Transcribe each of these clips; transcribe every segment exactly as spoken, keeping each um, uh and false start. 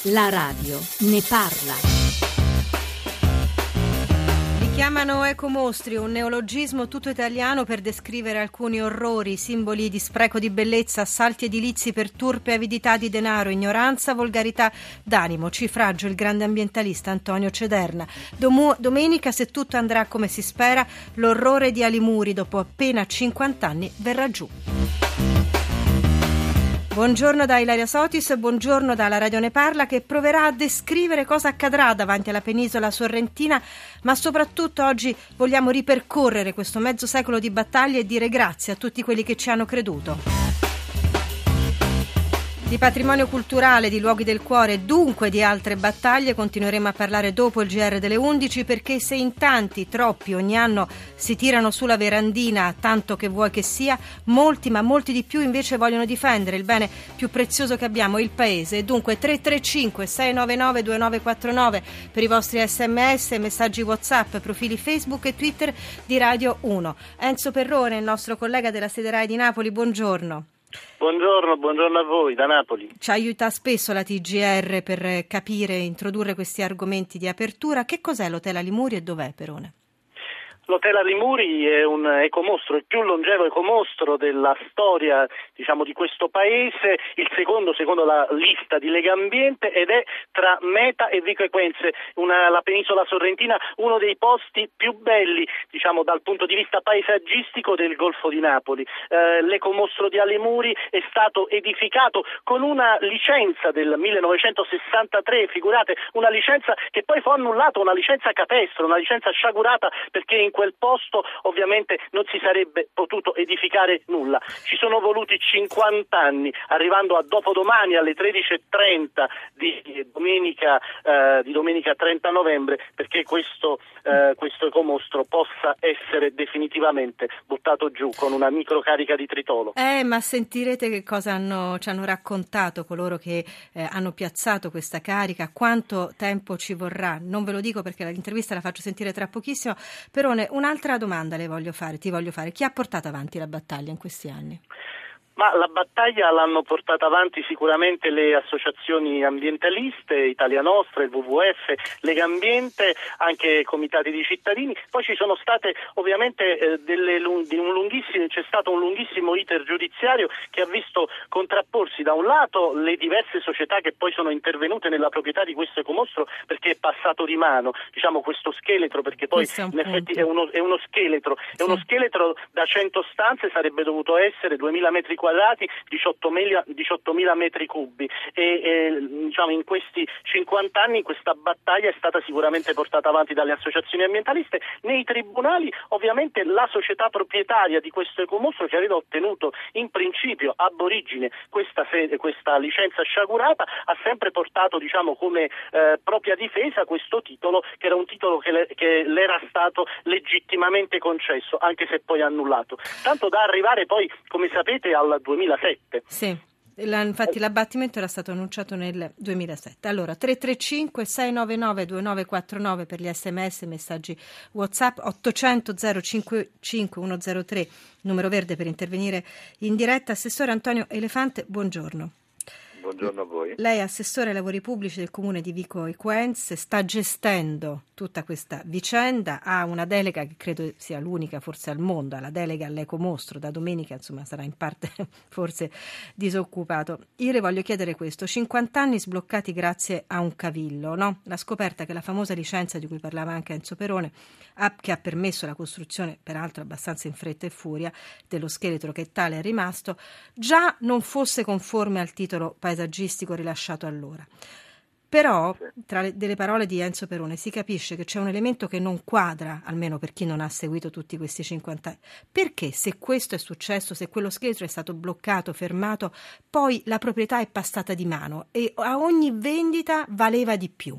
La radio ne parla. Li chiamano ecomostri, un neologismo tutto italiano per descrivere alcuni orrori, simboli di spreco di bellezza, assalti edilizi per turpe avidità di denaro, ignoranza, volgarità d'animo. Cifraggio il grande ambientalista Antonio Cederna. Domu- domenica, se tutto andrà come si spera, l'orrore di Ali Muri, dopo appena cinquanta anni, verrà giù. Buongiorno da Ilaria Sotis, buongiorno dalla Radio Ne Parla, che proverà a descrivere cosa accadrà davanti alla penisola sorrentina, ma soprattutto oggi vogliamo ripercorrere questo mezzo secolo di battaglie e dire grazie a tutti quelli che ci hanno creduto. Di patrimonio culturale, di luoghi del cuore e dunque di altre battaglie continueremo a parlare dopo il G R delle undici, perché se in tanti, troppi, ogni anno si tirano sulla verandina, tanto che vuoi che sia, molti, ma molti di più invece vogliono difendere il bene più prezioso che abbiamo, il paese. E dunque tre tre cinque sei nove nove due nove quattro nove per i vostri sms, messaggi WhatsApp, profili Facebook e Twitter di Radio uno. Enzo Perrone, il nostro collega della sede Rai di Napoli, buongiorno. Buongiorno, buongiorno a voi da Napoli. Ci aiuta spesso la T G R per capire e introdurre questi argomenti di apertura. Che cos'è l'Hotel Ali Muri e dov'è, Perrone? L'Hotel Ali Muri è un ecomostro, il più longevo ecomostro della storia, diciamo, di questo paese, il secondo secondo la lista di Legambiente, ed è tra Meta e Vico Equense, una, la penisola sorrentina, uno dei posti più belli, diciamo, dal punto di vista paesaggistico del Golfo di Napoli. Eh, l'ecomostro di Ali Muri è stato edificato con una licenza del millenovecentosessantatré, figurate, una licenza che poi fu annullata, una licenza capestre, una licenza sciagurata, perché in quel posto ovviamente non si sarebbe potuto edificare nulla. Ci sono voluti cinquanta anni, arrivando a dopodomani alle tredici e trenta di domenica, eh, di domenica trenta novembre, perché questo, eh, questo ecomostro possa essere definitivamente buttato giù con una microcarica di tritolo. Eh, ma sentirete che cosa hanno, ci hanno raccontato coloro che eh, hanno piazzato questa carica, quanto tempo ci vorrà. Non ve lo dico perché l'intervista la faccio sentire tra pochissimo. Perrone, un'altra domanda le voglio fare, ti voglio fare. Chi ha portato avanti la battaglia in questi anni? Ma la battaglia l'hanno portata avanti sicuramente le associazioni ambientaliste, Italia Nostra, il W W F, Legambiente, anche comitati di cittadini. Poi ci sono state ovviamente eh, delle di un lunghissimo, c'è stato un lunghissimo iter giudiziario che ha visto contrapporsi da un lato le diverse società che poi sono intervenute nella proprietà di questo ecomostro, perché è passato di mano, diciamo, questo scheletro, perché poi è in effetti è uno, è uno scheletro, sì. È uno scheletro da cento stanze, sarebbe dovuto essere duemila metri quadrati, diciottomila metri cubi, e, e diciamo in questi cinquanta anni questa battaglia è stata sicuramente portata avanti dalle associazioni ambientaliste. Nei tribunali ovviamente la società proprietaria di questo ecomostro, che aveva ottenuto in principio ab origine questa, sede, questa licenza sciagurata, ha sempre portato, diciamo, come eh, propria difesa questo titolo, che era un titolo che le, che le era stato legittimamente concesso, anche se poi annullato, tanto da arrivare poi, come sapete, al duemilasette. Sì, la, infatti l'abbattimento era stato annunciato nel duemilasette. Allora, tre tre cinque sei nove nove due nove quattro nove per gli sms e messaggi WhatsApp, ottocento zero cinque cinque uno zero tre, numero verde per intervenire in diretta. Assessore Antonio Elefante, buongiorno. Buongiorno a voi. Lei è assessore ai lavori pubblici del comune di Vico Equense, sta gestendo tutta questa vicenda, ha una delega che credo sia l'unica forse al mondo, la delega all'ecomostro. Da domenica, insomma, sarà in parte forse disoccupato. Io le voglio chiedere questo: cinquanta anni sbloccati grazie a un cavillo, no? La scoperta che la famosa licenza di cui parlava anche Enzo Perrone, ha, che ha permesso la costruzione, peraltro abbastanza in fretta e furia, dello scheletro che tale è rimasto, già non fosse conforme al titolo paesaggistico rilasciato allora. Però tra le, delle parole di Enzo Perrone si capisce che c'è un elemento che non quadra, almeno per chi non ha seguito tutti questi cinquanta anni. Perché, se questo è successo, se quello scheletro è stato bloccato, fermato, poi la proprietà è passata di mano e a ogni vendita valeva di più?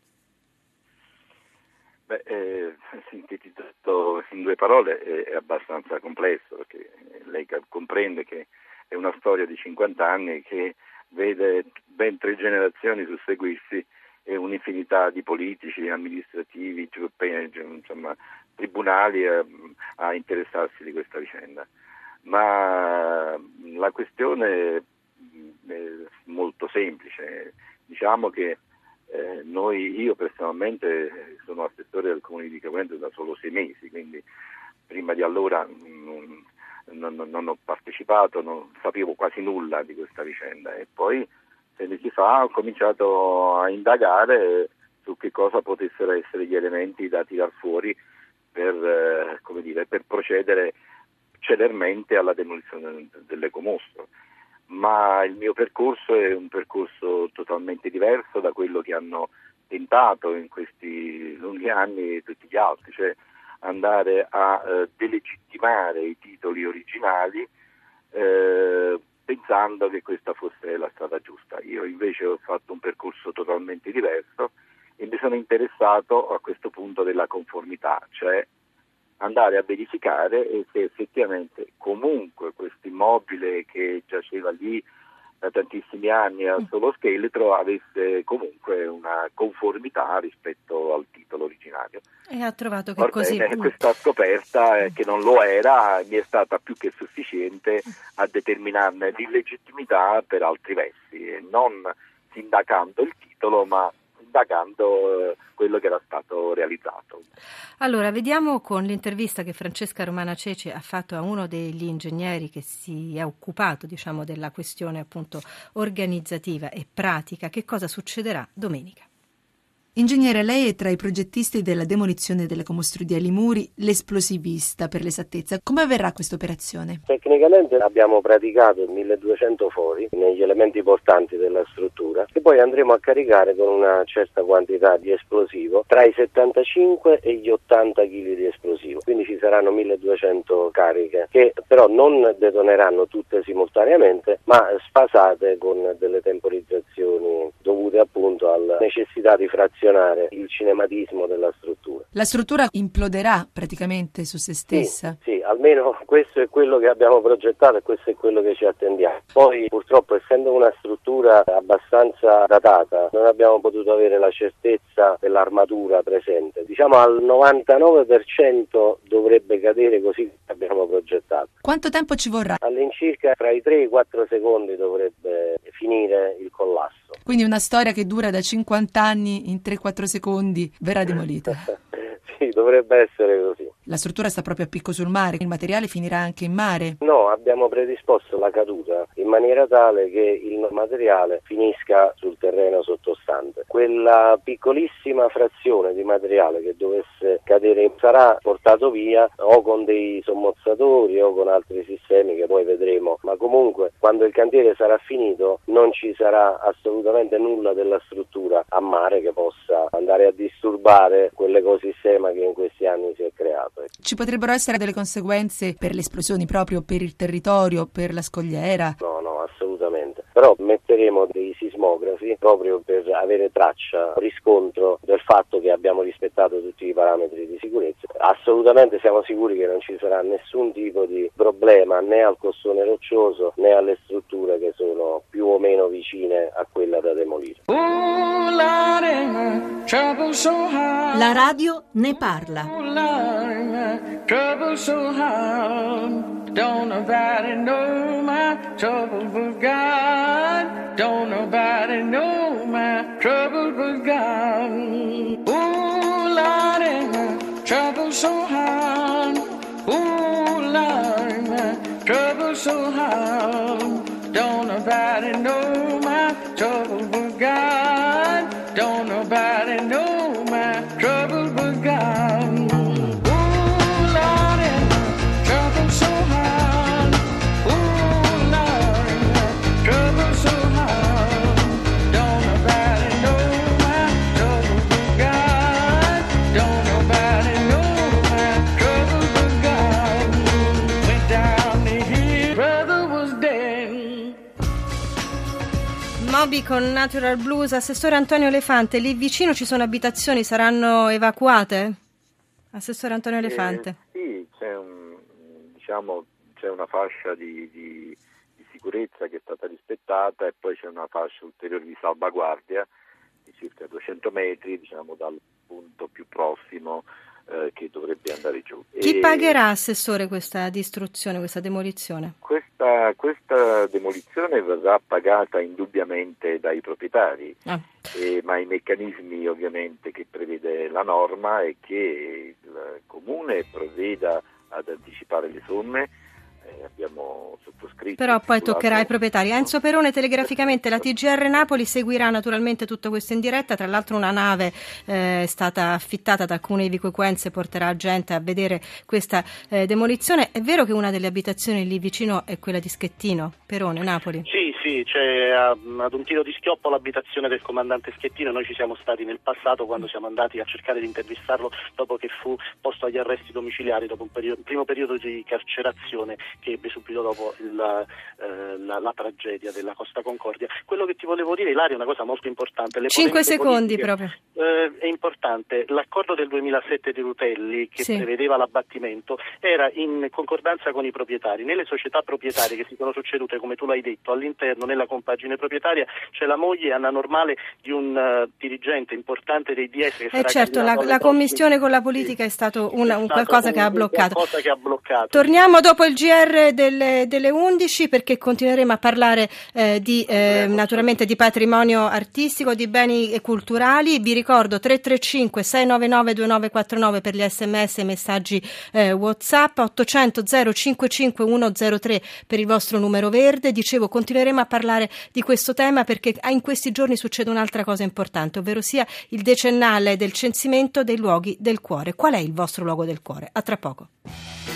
Beh, eh, sintetizzato in due parole è abbastanza complesso, perché lei comprende che è una storia di cinquanta anni che vede ben tre generazioni susseguirsi e un'infinità di politici, amministrativi, insomma, tribunali a, a interessarsi di questa vicenda. Ma la questione è molto semplice. diciamo che eh, noi, io personalmente sono assessore del Comune di Vico da solo sei mesi, quindi prima di allora non, non, non ho partecipato, non sapevo quasi nulla di questa vicenda, e poi sei mesi fa ho cominciato a indagare su che cosa potessero essere gli elementi da tirar fuori per, eh, come dire, per procedere celermente alla demolizione dell'ecomostro. Ma il mio percorso è un percorso totalmente diverso da quello che hanno tentato in questi lunghi anni tutti gli altri, cioè andare a eh, delegittimare i titoli originali eh, pensando che questa fosse la strada giusta. Io invece ho fatto un percorso totalmente diverso e mi sono interessato a questo punto della conformità, cioè andare a verificare se effettivamente comunque questo immobile che giaceva lì da tantissimi anni al solo scheletro avesse comunque una conformità rispetto al titolo originario. E ha trovato che così... Bene, questa scoperta eh, che non lo era mi è stata più che sufficiente a determinarne l'illegittimità per altri versi, e non sindacando il titolo ma indagando eh, quello che era stato realizzato. Allora, vediamo con l'intervista che Francesca Romana Ceci ha fatto a uno degli ingegneri che si è occupato, diciamo, della questione appunto organizzativa e pratica, che cosa succederà domenica. Ingegnere, lei è tra i progettisti della demolizione dell'ecomostro di Alimuri, l'esplosivista per l'esattezza. Come avverrà questa operazione? Tecnicamente abbiamo praticato milleduecento fori negli elementi portanti della struttura che poi andremo a caricare con una certa quantità di esplosivo, tra i settantacinque e gli ottanta chili di esplosivo. Quindi ci saranno milleduecento cariche che però non detoneranno tutte simultaneamente, ma sfasate con delle temporizzazioni dovute appunto alla necessità di frazionare il cinematismo della struttura. La struttura imploderà praticamente su se stessa? Sì, sì, almeno questo è quello che abbiamo progettato e questo è quello che ci attendiamo. Poi purtroppo, essendo una struttura abbastanza datata, non abbiamo potuto avere la certezza dell'armatura presente. Diciamo al novantanove per cento dovrebbe cadere così come abbiamo progettato. Quanto tempo ci vorrà? All'incirca tra i tre e i quattro secondi dovrebbe finire il collasso. Quindi una storia che dura da cinquanta anni, in tre quattro secondi verrà demolita. Sì, dovrebbe essere così. La struttura sta proprio a picco sul mare, il materiale finirà anche in mare? No, abbiamo predisposto la caduta in maniera tale che il materiale finisca sul terreno sottostante. Quella piccolissima frazione di materiale che dovesse cadere sarà portato via o con dei sommozzatori o con altri sistemi che poi vedremo, ma comunque quando il cantiere sarà finito non ci sarà assolutamente nulla della struttura a mare che possa andare a disturbare quell'ecosistema che in questi anni si è creato. Ci potrebbero essere delle conseguenze per le esplosioni, proprio per il territorio, per la scogliera? No, no, assolutamente. Però metteremo dei sismografi proprio per avere traccia, riscontro del fatto che abbiamo rispettato tutti i parametri di sicurezza. Assolutamente siamo sicuri che non ci sarà nessun tipo di problema né al costone roccioso né alle strutture che sono più o meno vicine a quella da demolire. La radio ne parla. Trouble so hard, don't nobody know my trouble but God. Don't nobody know my trouble but God. Oh Lord, my trouble so hard. Oh Lord, my trouble so hard. Don't nobody know my trouble but God. Don't nobody know my trouble but God. Moby con Natural Blues. Assessore Antonio Elefante, lì vicino ci sono abitazioni, saranno evacuate? Assessore Antonio Elefante. Eh, sì, c'è, un, diciamo, c'è una fascia di, di, di sicurezza che è stata rispettata e poi c'è una fascia ulteriore di salvaguardia di circa duecento metri, diciamo, dal punto più prossimo eh, che dovrebbe andare giù. Chi e pagherà, Assessore, questa distruzione, questa demolizione? Questa, questa demolizione verrà pagata indubbiamente dai proprietari, ah. eh, ma i meccanismi ovviamente che prevede la norma è che il Comune provveda ad anticipare le somme. Eh, abbiamo sottoscritto. Però poi toccherà ai proprietari. Enzo Perone, telegraficamente, la T G R Napoli seguirà naturalmente tutto questo in diretta. Tra l'altro una nave eh, è stata affittata dal Comune di Vico Equense e porterà gente a vedere questa eh, demolizione. È vero che una delle abitazioni lì vicino è quella di Schettino, Perone, Napoli? Sì, sì, c'è ad un tiro di schioppo l'abitazione del comandante Schettino. Noi ci siamo stati nel passato quando siamo andati a cercare di intervistarlo dopo che fu posto agli arresti domiciliari dopo un, periodo, un primo periodo di carcerazione che ebbe subito dopo il, eh, la, la tragedia della Costa Concordia. Quello che ti volevo dire, Ilaria, è una cosa molto importante. Le Cinque secondi politiche, proprio. Eh, è importante. L'accordo del duemilasette di Rutelli, che sì. prevedeva l'abbattimento, era in concordanza con i proprietari. Nelle società proprietarie che si sono succedute, come tu l'hai detto, all'interno, nella compagine proprietaria, c'è la moglie Anna Normale di un uh, dirigente importante dei D S. Che eh certo, la, la commissione con la politica sì. è stato una, un qualcosa, un, che, ha bloccato. qualcosa che ha bloccato. Torniamo dopo il G R delle, delle undici, perché continueremo a parlare eh, di eh, naturalmente di patrimonio artistico, di beni culturali. Vi ricordo tre tre cinque sei nove nove due nove quattro nove per gli sms e messaggi eh, WhatsApp, ottocento zero cinque cinque uno zero tre per il vostro numero verde. Dicevo, continueremo a parlare di questo tema perché in questi giorni succede un'altra cosa importante, ovvero sia il decennale del censimento dei luoghi del cuore. Qual è il vostro luogo del cuore? A tra poco.